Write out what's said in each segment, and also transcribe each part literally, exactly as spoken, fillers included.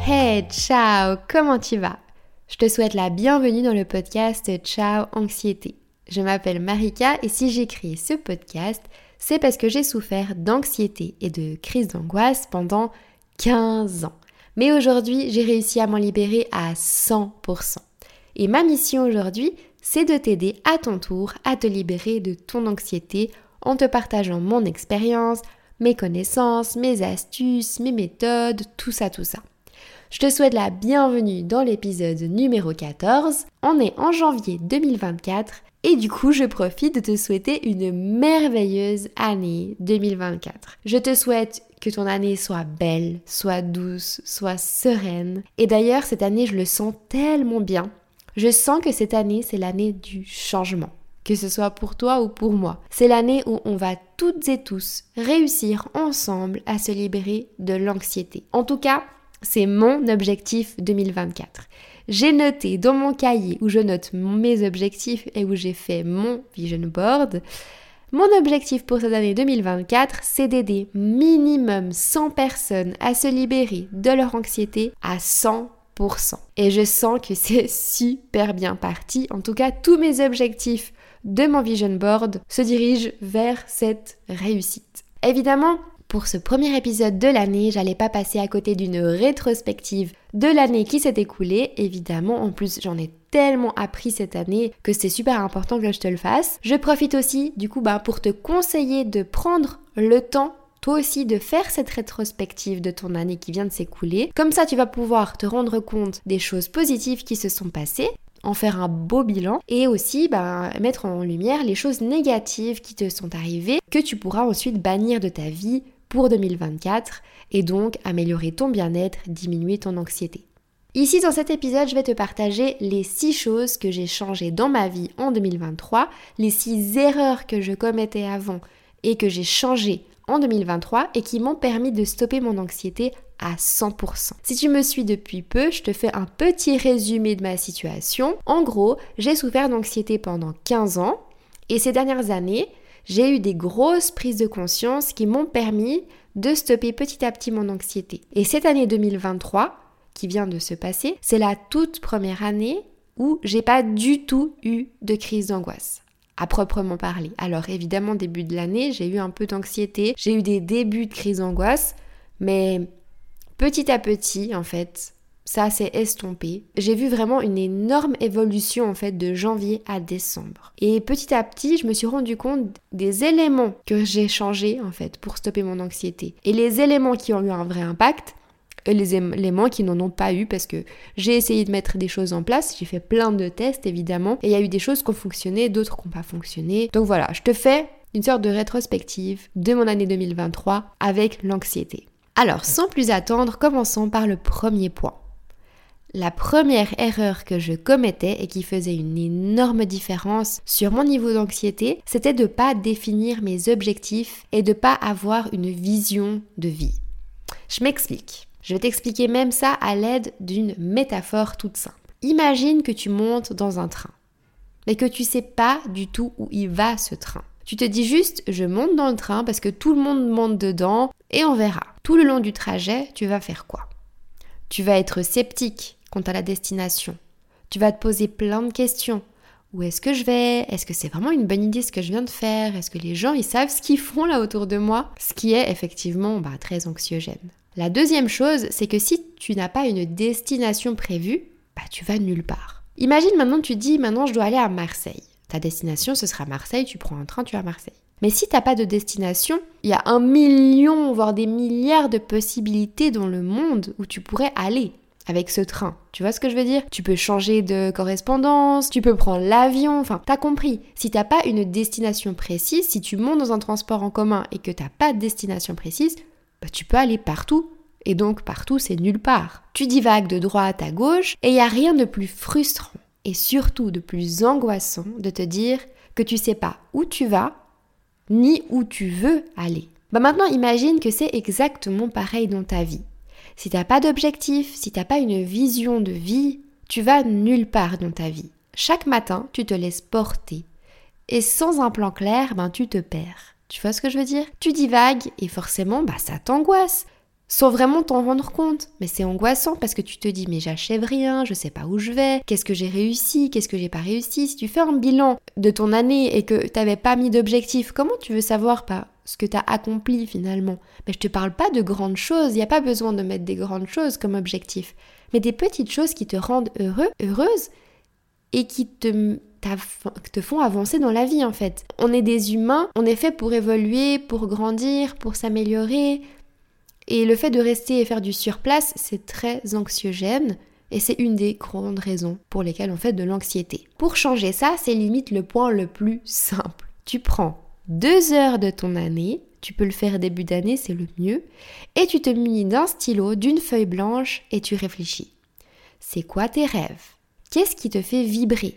Hey, ciao, comment tu vas? Je te souhaite la bienvenue dans le podcast Ciao Anxiété. Je m'appelle Marika et si j'ai créé ce podcast, c'est parce que j'ai souffert d'anxiété et de crise d'angoisse pendant quinze ans. Mais aujourd'hui, j'ai réussi à m'en libérer à cent pour cent. Et ma mission aujourd'hui, c'est de t'aider à ton tour à te libérer de ton anxiété en te partageant mon expérience, mes connaissances, mes astuces, mes méthodes, tout ça, tout ça. Je te souhaite la bienvenue dans l'épisode numéro quatorze. On est en janvier deux mille vingt-quatre et du coup, je profite de te souhaiter une merveilleuse année deux mille vingt-quatre. Je te souhaite que ton année soit belle, soit douce, soit sereine. Et d'ailleurs, cette année, je le sens tellement bien. Je sens que cette année, c'est l'année du changement. Que ce soit pour toi ou pour moi. C'est l'année où on va toutes et tous réussir ensemble à se libérer de l'anxiété. En tout cas, c'est mon objectif deux mille vingt-quatre. J'ai noté dans mon cahier où je note mes objectifs et où j'ai fait mon vision board. Mon objectif pour cette année deux mille vingt-quatre, c'est d'aider minimum cent personnes à se libérer de leur anxiété à cent pour cent. Et je sens que c'est super bien parti. En tout cas, tous mes objectifs de mon vision board se dirigent vers cette réussite. Évidemment, pour ce premier épisode de l'année, j'allais pas passer à côté d'une rétrospective de l'année qui s'est écoulée. Évidemment, en plus, j'en ai tellement appris cette année que c'est super important que je te le fasse. Je profite aussi, du coup, bah, pour te conseiller de prendre le temps, toi aussi, de faire cette rétrospective de ton année qui vient de s'écouler. Comme ça, tu vas pouvoir te rendre compte des choses positives qui se sont passées, en faire un beau bilan et aussi bah, mettre en lumière les choses négatives qui te sont arrivées que tu pourras ensuite bannir de ta vie pour deux mille vingt-quatre et donc améliorer ton bien-être, diminuer ton anxiété. Ici dans cet épisode, je vais te partager les six choses que j'ai changées dans ma vie en deux mille vingt-trois, les six erreurs que je commettais avant et que j'ai changées en deux mille vingt-trois et qui m'ont permis de stopper mon anxiété à cent pour cent. Si tu me suis depuis peu, je te fais un petit résumé de ma situation. En gros, j'ai souffert d'anxiété pendant quinze ans et ces dernières années, j'ai eu des grosses prises de conscience qui m'ont permis de stopper petit à petit mon anxiété. Et cette année deux mille vingt-trois, qui vient de se passer, c'est la toute première année où j'ai pas du tout eu de crise d'angoisse, à proprement parler. Alors évidemment, début de l'année, j'ai eu un peu d'anxiété, j'ai eu des débuts de crise d'angoisse, mais petit à petit, en fait, ça s'est estompé. J'ai vu vraiment une énorme évolution en fait de janvier à décembre. Et petit à petit, je me suis rendu compte des éléments que j'ai changés en fait pour stopper mon anxiété. Et les éléments qui ont eu un vrai impact, et les éléments qui n'en ont pas eu parce que j'ai essayé de mettre des choses en place, j'ai fait plein de tests évidemment, et il y a eu des choses qui ont fonctionné, d'autres qui n'ont pas fonctionné. Donc voilà, je te fais une sorte de rétrospective de mon année deux mille vingt-trois avec l'anxiété. Alors, sans plus attendre, commençons par le premier point. La première erreur que je commettais et qui faisait une énorme différence sur mon niveau d'anxiété, c'était de ne pas définir mes objectifs et de ne pas avoir une vision de vie. Je m'explique. Je vais t'expliquer même ça à l'aide d'une métaphore toute simple. Imagine que tu montes dans un train, mais que tu ne sais pas du tout où il va ce train. Tu te dis juste, je monte dans le train parce que tout le monde monte dedans et on verra. Tout le long du trajet, tu vas faire quoi? Tu vas être sceptique quant à la destination. Tu vas te poser plein de questions. Où est-ce que je vais? Est-ce que c'est vraiment une bonne idée ce que je viens de faire? Est-ce que les gens ils savent ce qu'ils font là autour de moi? Ce qui est effectivement bah, très anxiogène. La deuxième chose, c'est que si tu n'as pas une destination prévue, bah, tu vas nulle part. Imagine maintenant tu te dis, maintenant je dois aller à Marseille. Ta destination, ce sera Marseille, tu prends un train, tu vas à Marseille. Mais si tu n'as pas de destination, il y a un million, voire des milliards de possibilités dans le monde où tu pourrais aller avec ce train. Tu vois ce que je veux dire? Tu peux changer de correspondance, tu peux prendre l'avion, enfin, t'as compris. Si t'as pas une destination précise, si tu montes dans un transport en commun et que t'as pas de destination précise, bah, tu peux aller partout. Et donc, partout, c'est nulle part. Tu divagues de droite à gauche et il n'y a rien de plus frustrant et surtout de plus angoissant de te dire que tu sais pas où tu vas ni où tu veux aller. Bah maintenant, imagine que c'est exactement pareil dans ta vie. Si t'as pas d'objectif, si t'as pas une vision de vie, tu vas nulle part dans ta vie. Chaque matin, tu te laisses porter. Et sans un plan clair, ben tu te perds. Tu vois ce que je veux dire? Tu divagues et forcément, bah ça t'angoisse. sans vraiment t'en rendre compte. Mais c'est angoissant parce que tu te dis mais j'achève rien, je sais pas où je vais, qu'est-ce que j'ai réussi, qu'est-ce que j'ai pas réussi. Si tu fais un bilan de ton année et que t'avais pas mis d'objectif, comment tu veux savoir pas ce que t'as accompli finalement? Mais je te parle pas de grandes choses, il n'y a pas besoin de mettre des grandes choses comme objectif, mais des petites choses qui te rendent heureux, heureuse et qui te, te font avancer dans la vie en fait. On est des humains, on est fait pour évoluer, pour grandir, pour s'améliorer. Et le fait de rester et faire du surplace, c'est très anxiogène et c'est une des grandes raisons pour lesquelles on fait de l'anxiété. Pour changer ça, c'est limite le point le plus simple. Tu prends deux heures de ton année, tu peux le faire début d'année, c'est le mieux, et tu te munis d'un stylo, d'une feuille blanche et tu réfléchis. C'est quoi tes rêves? Qu'est-ce qui te fait vibrer?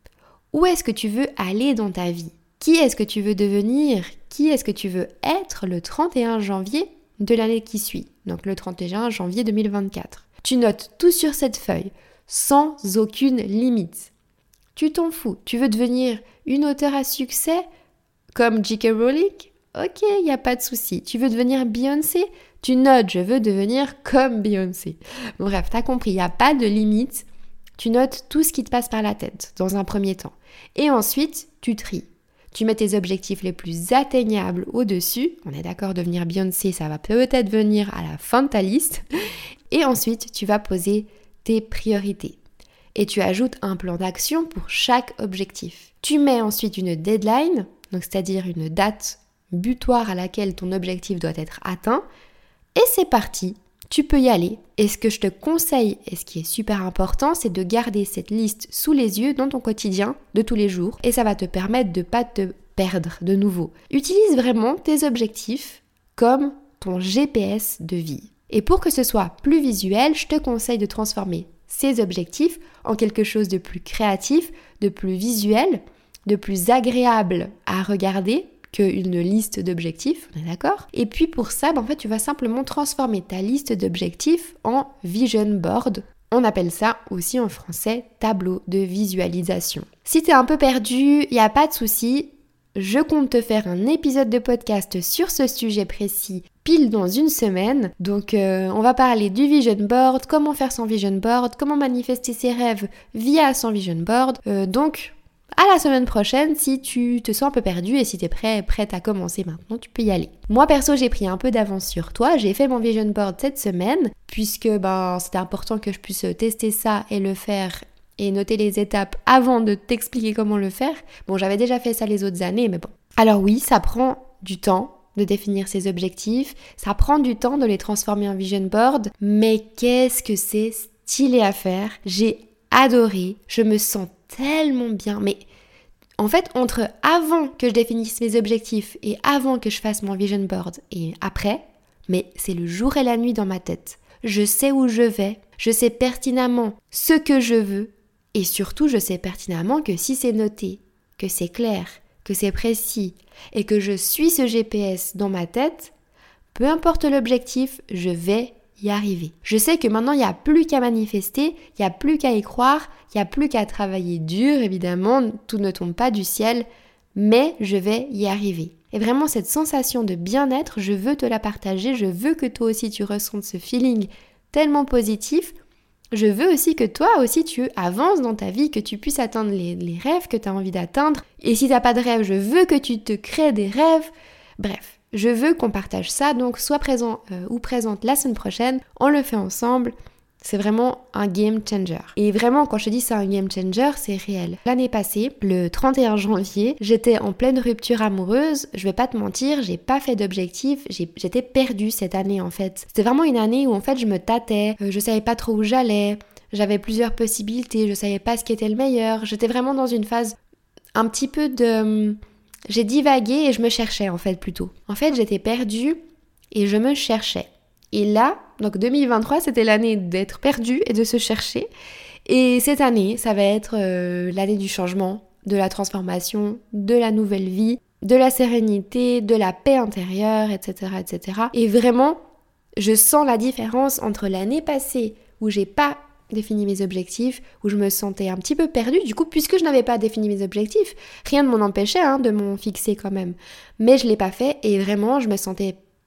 Où est-ce que tu veux aller dans ta vie? Qui est-ce que tu veux devenir? Qui est-ce que tu veux être le trente et un janvier de l'année qui suit, donc le trente et un janvier deux mille vingt-quatre. Tu notes tout sur cette feuille, sans aucune limite. Tu t'en fous, tu veux devenir une auteure à succès comme J K Rowling? Ok, il n'y a pas de souci. Tu veux devenir Beyoncé? Tu notes, je veux devenir comme Beyoncé. Bref, t'as compris, il n'y a pas de limite. Tu notes tout ce qui te passe par la tête, dans un premier temps. Et ensuite, tu tries. Tu mets tes objectifs les plus atteignables au-dessus. On est d'accord, devenir Beyoncé, ça va peut-être venir à la fin de ta liste. Et ensuite, tu vas poser tes priorités. Et tu ajoutes un plan d'action pour chaque objectif. Tu mets ensuite une deadline, donc c'est-à-dire une date butoir à laquelle ton objectif doit être atteint. Et c'est parti, tu peux y aller. Et ce que je te conseille, et ce qui est super important, c'est de garder cette liste sous les yeux dans ton quotidien de tous les jours. Et ça va te permettre de ne pas te perdre de nouveau. Utilise vraiment tes objectifs comme ton G P S de vie. Et pour que ce soit plus visuel, je te conseille de transformer ces objectifs en quelque chose de plus créatif, de plus visuel, de plus agréable à regarder qu'une liste d'objectifs, on est d'accord? Et puis pour ça, ben en fait, tu vas simplement transformer ta liste d'objectifs en vision board. On appelle ça aussi en français tableau de visualisation. Si t'es un peu perdu, il n'y a pas de souci. Je compte te faire un épisode de podcast sur ce sujet précis pile dans une semaine. Donc euh, on va parler du vision board, comment faire son vision board, comment manifester ses rêves via son vision board. Euh, donc à la semaine prochaine, si tu te sens un peu perdu et si tu es prêt, prête à commencer maintenant, tu peux y aller. Moi perso, j'ai pris un peu d'avance sur toi, j'ai fait mon vision board cette semaine puisque ben, c'était important que je puisse tester ça et le faire et noter les étapes avant de t'expliquer comment le faire. Bon, j'avais déjà fait ça les autres années, mais bon. Alors oui, ça prend du temps de définir ses objectifs, ça prend du temps de les transformer en vision board, mais qu'est-ce que c'est stylé à faire. J'ai adoré, je me sens tellement bien, mais en fait, entre avant que je définisse mes objectifs et avant que je fasse mon vision board et après, mais c'est le jour et la nuit dans ma tête. Je sais où je vais, je sais pertinemment ce que je veux et surtout, je sais pertinemment que si c'est noté, que c'est clair, que c'est précis et que je suis ce G P S dans ma tête, peu importe l'objectif, je vais y arriver. Je sais que maintenant, il n'y a plus qu'à manifester, il n'y a plus qu'à y croire, il n'y a plus qu'à travailler dur, évidemment, tout ne tombe pas du ciel, mais je vais y arriver. Et vraiment, cette sensation de bien-être, je veux te la partager, je veux que toi aussi tu ressentes ce feeling tellement positif. Je veux aussi que toi aussi tu avances dans ta vie, que tu puisses atteindre les, les rêves que tu as envie d'atteindre. Et si tu n'as pas de rêve, je veux que tu te crées des rêves. Bref, je veux qu'on partage ça, donc sois présent euh, ou présente la semaine prochaine, on le fait ensemble. C'est vraiment un game changer. Et vraiment, quand je te dis c'est un game changer, c'est réel. L'année passée, le trente et un janvier, j'étais en pleine rupture amoureuse. Je vais pas te mentir, j'ai pas fait d'objectif. J'ai, j'étais perdue cette année en fait. C'était vraiment une année où en fait je me tâtais, euh, je savais pas trop où j'allais, j'avais plusieurs possibilités, je savais pas ce qui était le meilleur. J'étais vraiment dans une phase un petit peu de... J'ai divagué et je me cherchais en fait plutôt. En fait, j'étais perdue et je me cherchais. Et là, donc deux mille vingt-trois, c'était l'année d'être perdu et de se chercher. Et cette année, ça va être euh, l'année du changement, de la transformation, de la nouvelle vie, de la sérénité, de la paix intérieure, et cetera, et cetera. Et vraiment, je sens la différence entre l'année passée où j'ai pas défini mes objectifs, où je me sentais un petit peu perdue, du coup, puisque je n'avais pas défini mes objectifs, rien ne m'en empêchait hein, de m'en fixer quand même. Mais je l'ai pas fait et vraiment, je me sentais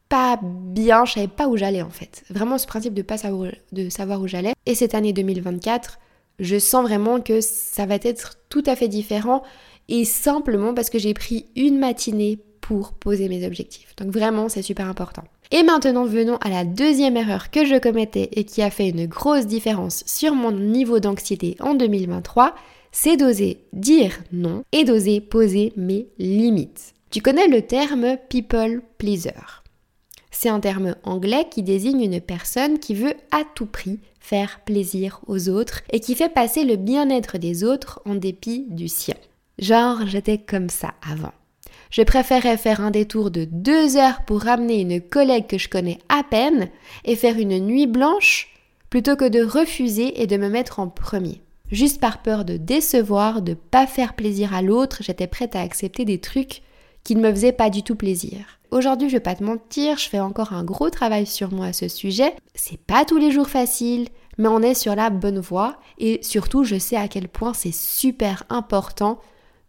pas bien, je savais pas où j'allais en fait. Vraiment ce principe de pas savoir, de savoir où j'allais. Et cette année deux mille vingt-quatre, je sens vraiment que ça va être tout à fait différent et simplement parce que j'ai pris une matinée pour poser mes objectifs. Donc vraiment, c'est super important. Et maintenant, venons à la deuxième erreur que je commettais et qui a fait une grosse différence sur mon niveau d'anxiété en deux mille vingt-trois, c'est d'oser dire non et d'oser poser mes limites. Tu connais le terme people pleaser. C'est un terme anglais qui désigne une personne qui veut à tout prix faire plaisir aux autres et qui fait passer le bien-être des autres en dépit du sien. Genre, j'étais comme ça avant. Je préférais faire un détour de deux heures pour ramener une collègue que je connais à peine et faire une nuit blanche plutôt que de refuser et de me mettre en premier. Juste par peur de décevoir, de pas faire plaisir à l'autre, j'étais prête à accepter des trucs qui ne me faisaient pas du tout plaisir. Aujourd'hui, je vais pas te mentir, je fais encore un gros travail sur moi à ce sujet. C'est pas tous les jours facile, mais on est sur la bonne voie et surtout, je sais à quel point c'est super important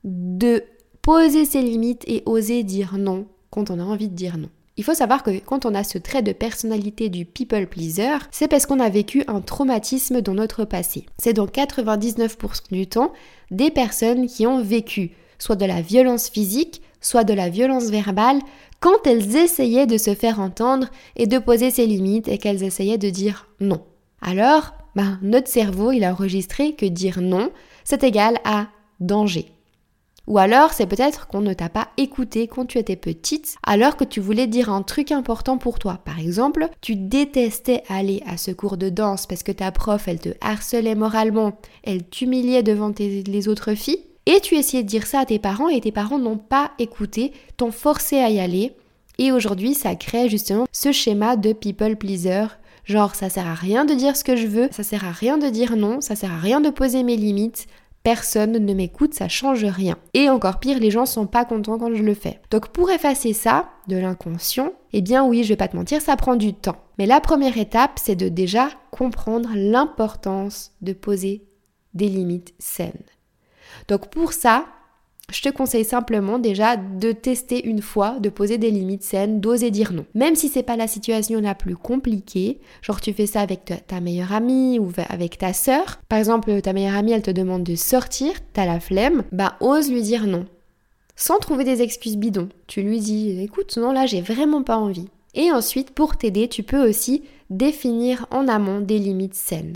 de poser ses limites et oser dire non quand on a envie de dire non. Il faut savoir que quand on a ce trait de personnalité du people pleaser, c'est parce qu'on a vécu un traumatisme dans notre passé. C'est dans quatre-vingt-dix-neuf pour cent du temps des personnes qui ont vécu soit de la violence physique, soit de la violence verbale, quand elles essayaient de se faire entendre et de poser ses limites et qu'elles essayaient de dire non. Alors, ben, notre cerveau, il a enregistré que dire non, c'est égal à danger. Ou alors, c'est peut-être qu'on ne t'a pas écouté quand tu étais petite, alors que tu voulais dire un truc important pour toi. Par exemple, tu détestais aller à ce cours de danse parce que ta prof, elle te harcelait moralement, elle t'humiliait devant tes, les autres filles, et tu essayais de dire ça à tes parents et tes parents n'ont pas écouté, t'ont forcé à y aller. Et aujourd'hui, ça crée justement ce schéma de people pleaser. Genre, ça sert à rien de dire ce que je veux, ça sert à rien de dire non, ça sert à rien de poser mes limites. Personne ne m'écoute, ça change rien. Et encore pire, les gens sont pas contents quand je le fais. Donc pour effacer ça de l'inconscient, eh bien oui, je vais pas te mentir, ça prend du temps. Mais la première étape, c'est de déjà comprendre l'importance de poser des limites saines. Donc pour ça, je te conseille simplement déjà de tester une fois, de poser des limites saines, d'oser dire non. Même si c'est pas la situation la plus compliquée, genre tu fais ça avec ta, ta meilleure amie ou avec ta sœur. Par exemple, ta meilleure amie, elle te demande de sortir, t'as la flemme, bah ose lui dire non. Sans trouver des excuses bidons. Tu lui dis, écoute, non là, j'ai vraiment pas envie. Et ensuite, pour t'aider, tu peux aussi définir en amont des limites saines.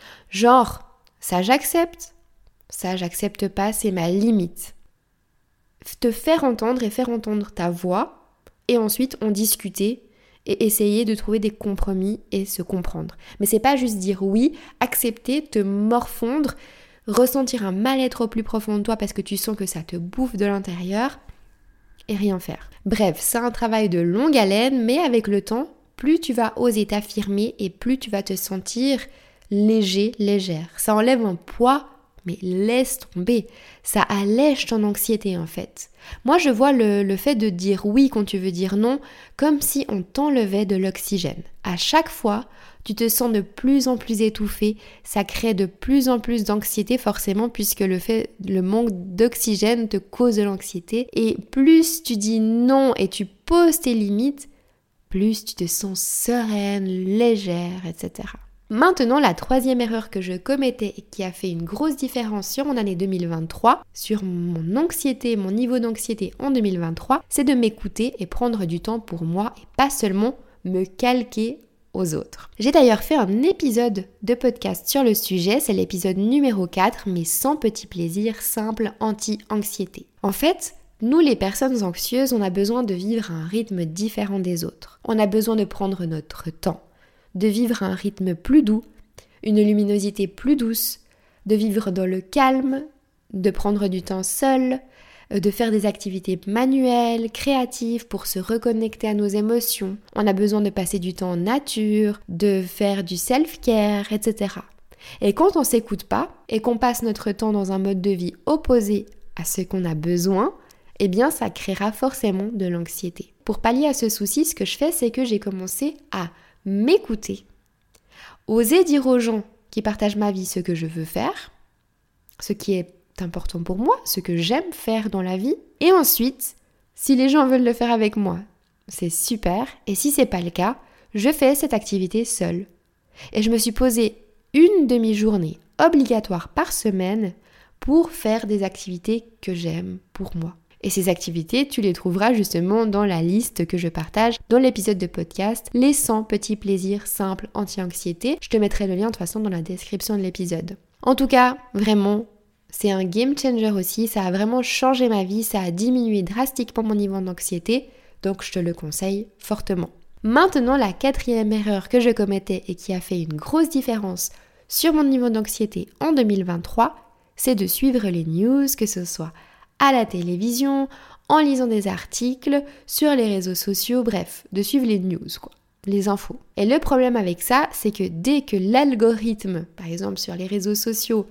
Genre, ça j'accepte, ça j'accepte pas, c'est ma limite. Te faire entendre et faire entendre ta voix et ensuite en discuter et essayer de trouver des compromis et se comprendre. Mais c'est pas juste dire oui, accepter, te morfondre, ressentir un mal-être au plus profond de toi parce que tu sens que ça te bouffe de l'intérieur et rien faire. Bref, c'est un travail de longue haleine, mais avec le temps, plus tu vas oser t'affirmer et plus tu vas te sentir léger, légère. Ça enlève un poids. Mais laisse tomber, ça allège ton anxiété en fait. Moi je vois le, le fait de dire oui quand tu veux dire non comme si on t'enlevait de l'oxygène. À chaque fois, tu te sens de plus en plus étouffé, ça crée de plus en plus d'anxiété forcément puisque le fait, le manque d'oxygène te cause de l'anxiété. Et plus tu dis non et tu poses tes limites, plus tu te sens sereine, légère, et cetera. Maintenant, la troisième erreur que je commettais et qui a fait une grosse différence sur mon année deux mille vingt-trois, sur mon anxiété, mon niveau d'anxiété en deux mille vingt-trois, c'est de m'écouter et prendre du temps pour moi et pas seulement me calquer aux autres. J'ai d'ailleurs fait un épisode de podcast sur le sujet, c'est l'épisode numéro quatre, mes cent petits plaisirs simples anti-anxiété. En fait, nous les personnes anxieuses, on a besoin de vivre à un rythme différent des autres. On a besoin de prendre notre temps, de vivre à un rythme plus doux, une luminosité plus douce, de vivre dans le calme, de prendre du temps seul, de faire des activités manuelles, créatives pour se reconnecter à nos émotions. On a besoin de passer du temps en nature, de faire du self-care, et cetera. Et quand on ne s'écoute pas et qu'on passe notre temps dans un mode de vie opposé à ce qu'on a besoin, eh bien ça créera forcément de l'anxiété. Pour pallier à ce souci, ce que je fais, c'est que j'ai commencé à m'écouter, oser dire aux gens qui partagent ma vie ce que je veux faire, ce qui est important pour moi, ce que j'aime faire dans la vie, et ensuite, si les gens veulent le faire avec moi, c'est super. Et si c'est pas le cas, je fais cette activité seule. Et je me suis posé une demi-journée obligatoire par semaine pour faire des activités que j'aime pour moi. Et ces activités, tu les trouveras justement dans la liste que je partage dans l'épisode de podcast « Les cent petits plaisirs simples anti-anxiété ». Je te mettrai le lien de toute façon dans la description de l'épisode. En tout cas, vraiment, c'est un game changer aussi. Ça a vraiment changé ma vie. Ça a diminué drastiquement mon niveau d'anxiété. Donc, je te le conseille fortement. Maintenant, la quatrième erreur que je commettais et qui a fait une grosse différence sur mon niveau d'anxiété en deux mille vingt-trois, c'est de suivre les news, que ce soit à la télévision, en lisant des articles, sur les réseaux sociaux, bref, de suivre les news, quoi, les infos. Et le problème avec ça, c'est que dès que l'algorithme, par exemple sur les réseaux sociaux,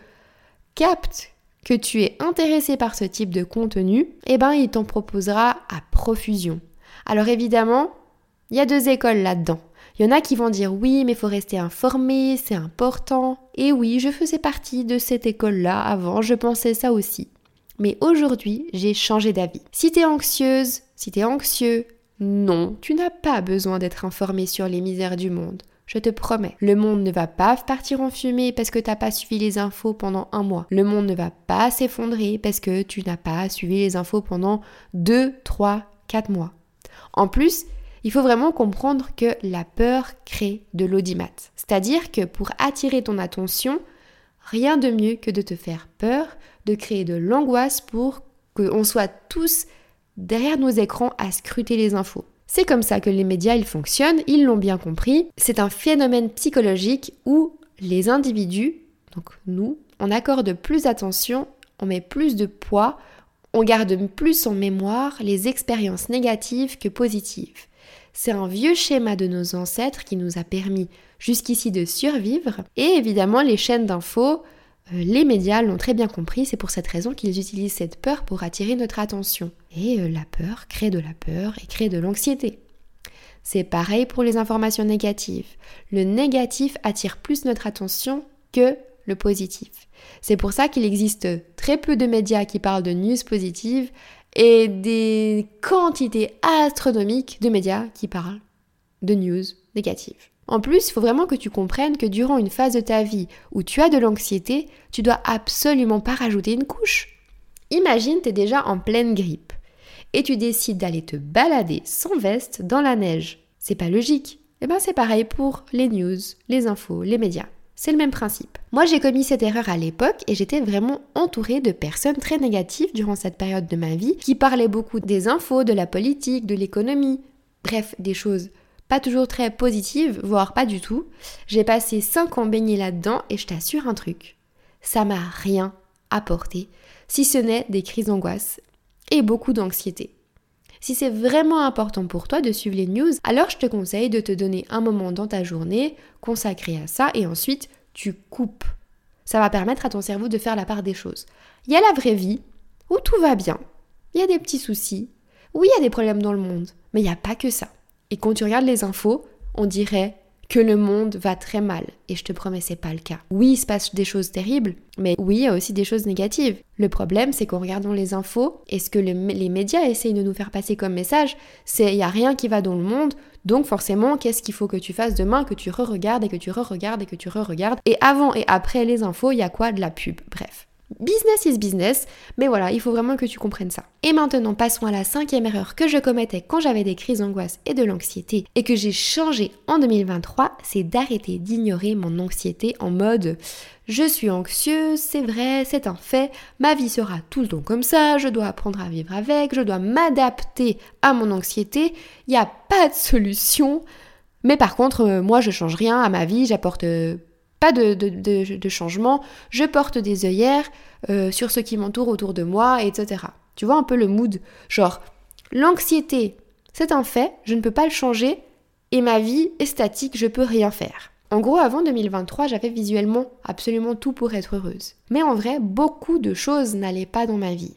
capte que tu es intéressé par ce type de contenu, eh ben il t'en proposera à profusion. Alors évidemment, il y a deux écoles là-dedans. Il y en a qui vont dire oui, mais il faut rester informé, c'est important. Et oui, je faisais partie de cette école-là avant, je pensais ça aussi. Mais aujourd'hui, j'ai changé d'avis. Si t'es anxieuse, si t'es anxieux, non, tu n'as pas besoin d'être informé sur les misères du monde. Je te promets, le monde ne va pas partir en fumée parce que t'as pas suivi les infos pendant un mois. Le monde ne va pas s'effondrer parce que tu n'as pas suivi les infos pendant deux, trois, quatre mois. En plus, il faut vraiment comprendre que la peur crée de l'audimat. C'est-à-dire que pour attirer ton attention, rien de mieux que de te faire peur, de créer de l'angoisse pour qu'on soit tous derrière nos écrans à scruter les infos. C'est comme ça que les médias ils fonctionnent, ils l'ont bien compris. C'est un phénomène psychologique où les individus, donc nous, on accorde plus d'attention, on met plus de poids, on garde plus en mémoire les expériences négatives que positives. C'est un vieux schéma de nos ancêtres qui nous a permis jusqu'ici de survivre. Et évidemment, les chaînes d'infos, euh, les médias l'ont très bien compris. C'est pour cette raison qu'ils utilisent cette peur pour attirer notre attention. Et euh, la peur crée de la peur et crée de l'anxiété. C'est pareil pour les informations négatives. Le négatif attire plus notre attention que le positif. C'est pour ça qu'il existe très peu de médias qui parlent de news positives et des quantités astronomiques de médias qui parlent de news négatives. En plus, il faut vraiment que tu comprennes que durant une phase de ta vie où tu as de l'anxiété, tu dois absolument pas rajouter une couche. Imagine, tu es déjà en pleine grippe et tu décides d'aller te balader sans veste dans la neige. C'est pas logique. Eh ben c'est pareil pour les news, les infos, les médias. C'est le même principe. Moi, j'ai commis cette erreur à l'époque et j'étais vraiment entourée de personnes très négatives durant cette période de ma vie qui parlaient beaucoup des infos, de la politique, de l'économie. Bref, des choses pas toujours très positives, voire pas du tout. J'ai passé cinq ans baignée là-dedans et je t'assure un truc. Ça m'a rien apporté, si ce n'est des crises d'angoisse et beaucoup d'anxiété. Si c'est vraiment important pour toi de suivre les news, alors je te conseille de te donner un moment dans ta journée consacré à ça et ensuite tu coupes. Ça va permettre à ton cerveau de faire la part des choses. Il y a la vraie vie où tout va bien, il y a des petits soucis, oui il y a des problèmes dans le monde, mais il n'y a pas que ça. Et quand tu regardes les infos, on dirait que le monde va très mal. Et je te promets, c'est pas le cas. Oui, il se passe des choses terribles, mais oui, il y a aussi des choses négatives. Le problème, c'est qu'en regardant les infos, et ce que le, les médias essayent de nous faire passer comme message, c'est il n'y a rien qui va dans le monde, donc forcément, qu'est-ce qu'il faut que tu fasses demain, que tu re-regardes et que tu re-regardes et que tu re-regardes. Et avant et après les infos, il y a quoi? De la pub, bref. Business is business, mais voilà, il faut vraiment que tu comprennes ça. Et maintenant, passons à la cinquième erreur que je commettais quand j'avais des crises d'angoisse et de l'anxiété et que j'ai changé en deux mille vingt-trois, c'est d'arrêter d'ignorer mon anxiété en mode « je suis anxieuse, c'est vrai, c'est un fait, ma vie sera tout le temps comme ça, je dois apprendre à vivre avec, je dois m'adapter à mon anxiété, il n'y a pas de solution, mais par contre, euh, moi je change rien à ma vie, j'apporte... Euh, Pas de, de, de, de changement, je porte des œillères euh, sur ce qui m'entoure autour de moi, et cetera. Tu vois un peu le mood, genre l'anxiété, c'est un fait, je ne peux pas le changer, et ma vie est statique, je peux rien faire. En gros, avant deux mille vingt-trois, j'avais visuellement absolument tout pour être heureuse. Mais en vrai, beaucoup de choses n'allaient pas dans ma vie.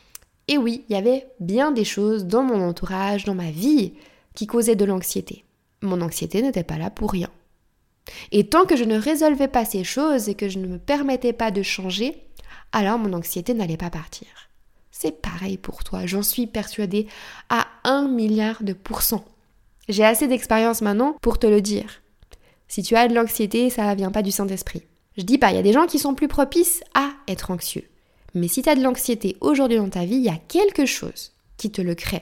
Et oui, il y avait bien des choses dans mon entourage, dans ma vie, qui causaient de l'anxiété. Mon anxiété n'était pas là pour rien. Et tant que je ne résolvais pas ces choses et que je ne me permettais pas de changer, alors mon anxiété n'allait pas partir. C'est pareil pour toi, j'en suis persuadée à un milliard de pourcents. J'ai assez d'expérience maintenant pour te le dire. Si tu as de l'anxiété, ça ne vient pas du Saint-Esprit. Je dis pas, il y a des gens qui sont plus propices à être anxieux. Mais si tu as de l'anxiété aujourd'hui dans ta vie, il y a quelque chose qui te le crée.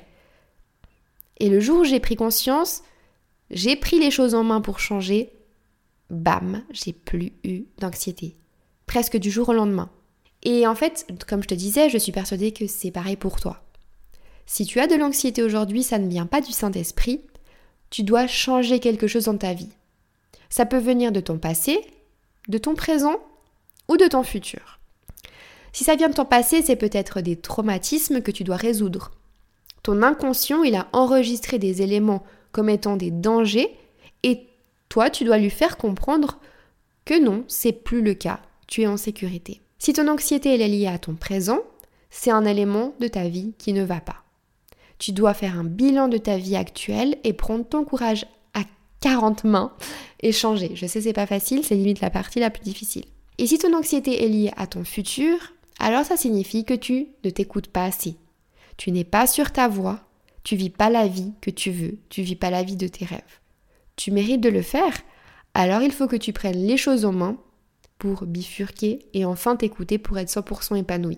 Et le jour où j'ai pris conscience, j'ai pris les choses en main pour changer, bam, j'ai plus eu d'anxiété. Presque du jour au lendemain. Et en fait, comme je te disais, je suis persuadée que c'est pareil pour toi. Si tu as de l'anxiété aujourd'hui, ça ne vient pas du Saint-Esprit, tu dois changer quelque chose dans ta vie. Ça peut venir de ton passé, de ton présent ou de ton futur. Si ça vient de ton passé, c'est peut-être des traumatismes que tu dois résoudre. Ton inconscient, il a enregistré des éléments comme étant des dangers et toi, tu dois lui faire comprendre que non, c'est plus le cas, tu es en sécurité. Si ton anxiété elle est liée à ton présent, c'est un élément de ta vie qui ne va pas. Tu dois faire un bilan de ta vie actuelle et prendre ton courage à quarante mains et changer. Je sais, c'est pas facile, c'est limite la partie la plus difficile. Et si ton anxiété est liée à ton futur, alors ça signifie que tu ne t'écoutes pas assez. Tu n'es pas sur ta voie, tu vis pas la vie que tu veux, tu vis pas la vie de tes rêves. Tu mérites de le faire, alors il faut que tu prennes les choses en main pour bifurquer et enfin t'écouter pour être cent pour cent épanoui.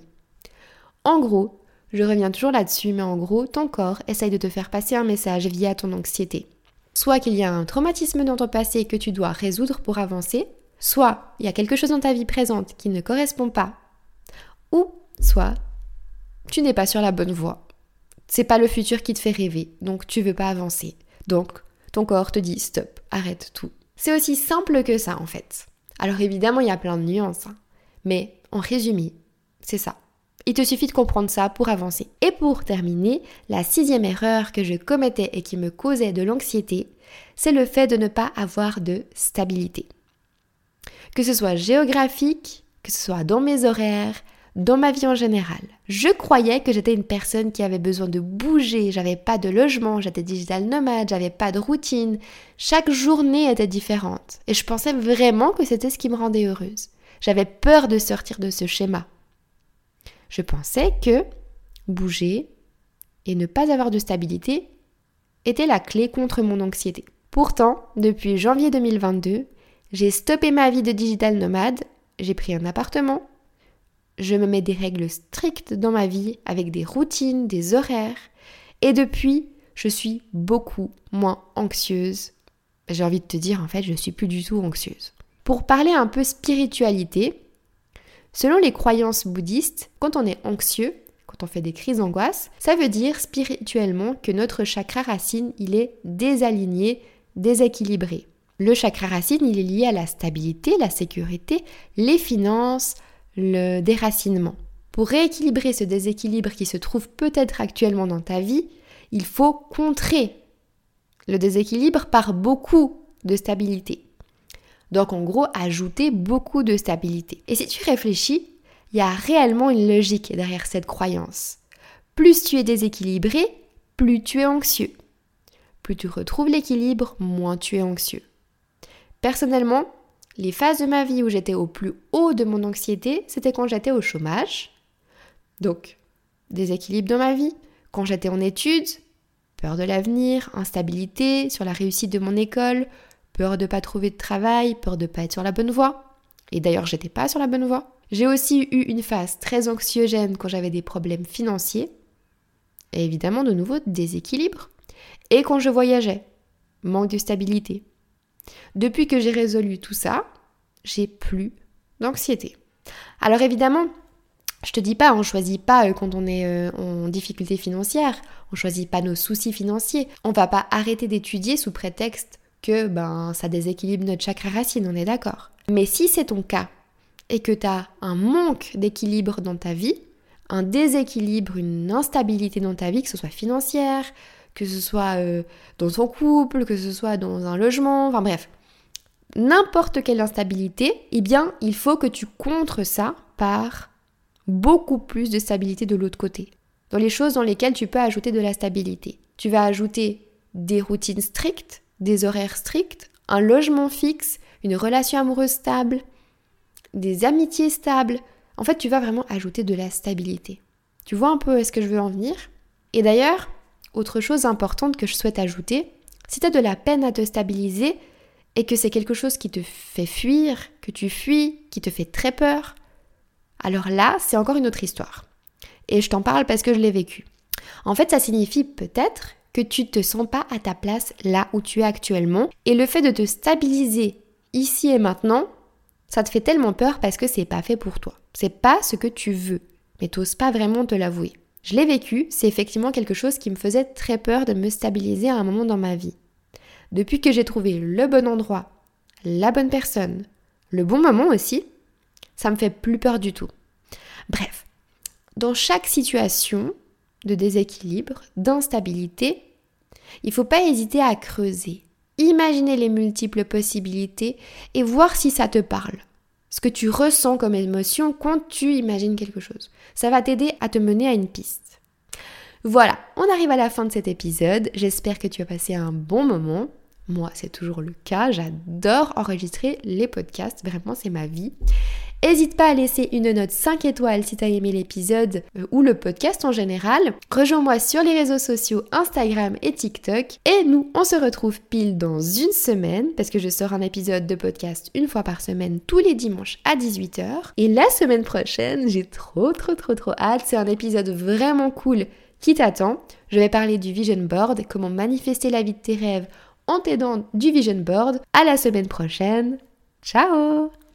En gros, je reviens toujours là-dessus, mais en gros, ton corps essaye de te faire passer un message via ton anxiété. Soit qu'il y a un traumatisme dans ton passé que tu dois résoudre pour avancer, soit il y a quelque chose dans ta vie présente qui ne correspond pas, ou soit tu n'es pas sur la bonne voie. C'est pas le futur qui te fait rêver, donc tu veux pas avancer. Donc, ton corps te dit stop, arrête tout. C'est aussi simple que ça en fait. Alors évidemment, il y a plein de nuances, hein, mais en résumé, c'est ça. Il te suffit de comprendre ça pour avancer. Et pour terminer, la sixième erreur que je commettais et qui me causait de l'anxiété, c'est le fait de ne pas avoir de stabilité. Que ce soit géographique, que ce soit dans mes horaires, dans ma vie en général. Je croyais que j'étais une personne qui avait besoin de bouger, j'avais pas de logement, j'étais digital nomade, j'avais pas de routine. Chaque journée était différente. Et je pensais vraiment que c'était ce qui me rendait heureuse. J'avais peur de sortir de ce schéma. Je pensais que bouger et ne pas avoir de stabilité était la clé contre mon anxiété. Pourtant, depuis janvier deux mille vingt-deux, j'ai stoppé ma vie de digital nomade, j'ai pris un appartement, je me mets des règles strictes dans ma vie avec des routines, des horaires, et depuis, je suis beaucoup moins anxieuse. J'ai envie de te dire, en fait, je suis plus du tout anxieuse. Pour parler un peu spiritualité, selon les croyances bouddhistes, quand on est anxieux, quand on fait des crises d'angoisse, ça veut dire spirituellement que notre chakra racine, il est désaligné, déséquilibré. Le chakra racine, il est lié à la stabilité, la sécurité, les finances, le déracinement. Pour rééquilibrer ce déséquilibre qui se trouve peut-être actuellement dans ta vie, il faut contrer le déséquilibre par beaucoup de stabilité. Donc en gros, ajouter beaucoup de stabilité. Et si tu réfléchis, il y a réellement une logique derrière cette croyance. Plus tu es déséquilibré, plus tu es anxieux. Plus tu retrouves l'équilibre, moins tu es anxieux. Personnellement, les phases de ma vie où j'étais au plus haut de mon anxiété, c'était quand j'étais au chômage. Donc, déséquilibre dans ma vie. Quand j'étais en études, peur de l'avenir, instabilité sur la réussite de mon école, peur de ne pas trouver de travail, peur de ne pas être sur la bonne voie. Et d'ailleurs, j'étais pas sur la bonne voie. J'ai aussi eu une phase très anxiogène quand j'avais des problèmes financiers. Et évidemment, de nouveau, déséquilibre. Et quand je voyageais, manque de stabilité. Depuis que j'ai résolu tout ça, j'ai plus d'anxiété. Alors évidemment, je te dis pas, on choisit pas quand on est euh, en difficulté financière, on choisit pas nos soucis financiers. On va pas arrêter d'étudier sous prétexte que ben ça déséquilibre notre chakra racine, on est d'accord. Mais si c'est ton cas et que tu as un manque d'équilibre dans ta vie, un déséquilibre, une instabilité dans ta vie, que ce soit financière, que ce soit euh, dans ton couple, que ce soit dans un logement, enfin bref, n'importe quelle instabilité, eh bien, il faut que tu contres ça par beaucoup plus de stabilité de l'autre côté. Dans les choses dans lesquelles tu peux ajouter de la stabilité. Tu vas ajouter des routines strictes, des horaires stricts, un logement fixe, une relation amoureuse stable, des amitiés stables. En fait, tu vas vraiment ajouter de la stabilité. Tu vois un peu où est-ce que je veux en venir ? Et d'ailleurs, autre chose importante que je souhaite ajouter, Si tu as de la peine à te stabiliser et que c'est quelque chose qui te fait fuir, que tu fuis, qui te fait très peur, alors là, c'est encore une autre histoire. Et je t'en parle parce que je l'ai vécu. En fait, ça signifie peut-être que tu ne te sens pas à ta place là où tu es actuellement. Et le fait de te stabiliser ici et maintenant, ça te fait tellement peur parce que c'est pas fait pour toi. C'est pas ce que tu veux, mais tu n'oses pas vraiment te l'avouer. Je l'ai vécu, c'est effectivement quelque chose qui me faisait très peur de me stabiliser à un moment dans ma vie. Depuis que j'ai trouvé le bon endroit, la bonne personne, le bon moment aussi, ça me fait plus peur du tout. Bref, dans chaque situation de déséquilibre, d'instabilité, il ne faut pas hésiter à creuser, imaginer les multiples possibilités et voir si ça te parle. Ce que tu ressens comme émotion quand tu imagines quelque chose. Ça va t'aider à te mener à une piste. Voilà, on arrive à la fin de cet épisode. J'espère que tu as passé un bon moment. Moi, c'est toujours le cas. J'adore enregistrer les podcasts. Vraiment, c'est ma vie. N'hésite pas à laisser une note cinq étoiles si tu as aimé l'épisode euh, ou le podcast en général. Rejoins-moi sur les réseaux sociaux Instagram et TikTok. Et nous, on se retrouve pile dans une semaine parce que je sors un épisode de podcast une fois par semaine tous les dimanches à dix-huit heures. Et la semaine prochaine, j'ai trop trop trop trop hâte. C'est un épisode vraiment cool qui t'attend. Je vais parler du Vision Board, comment manifester la vie de tes rêves en t'aidant du Vision Board. À la semaine prochaine. Ciao!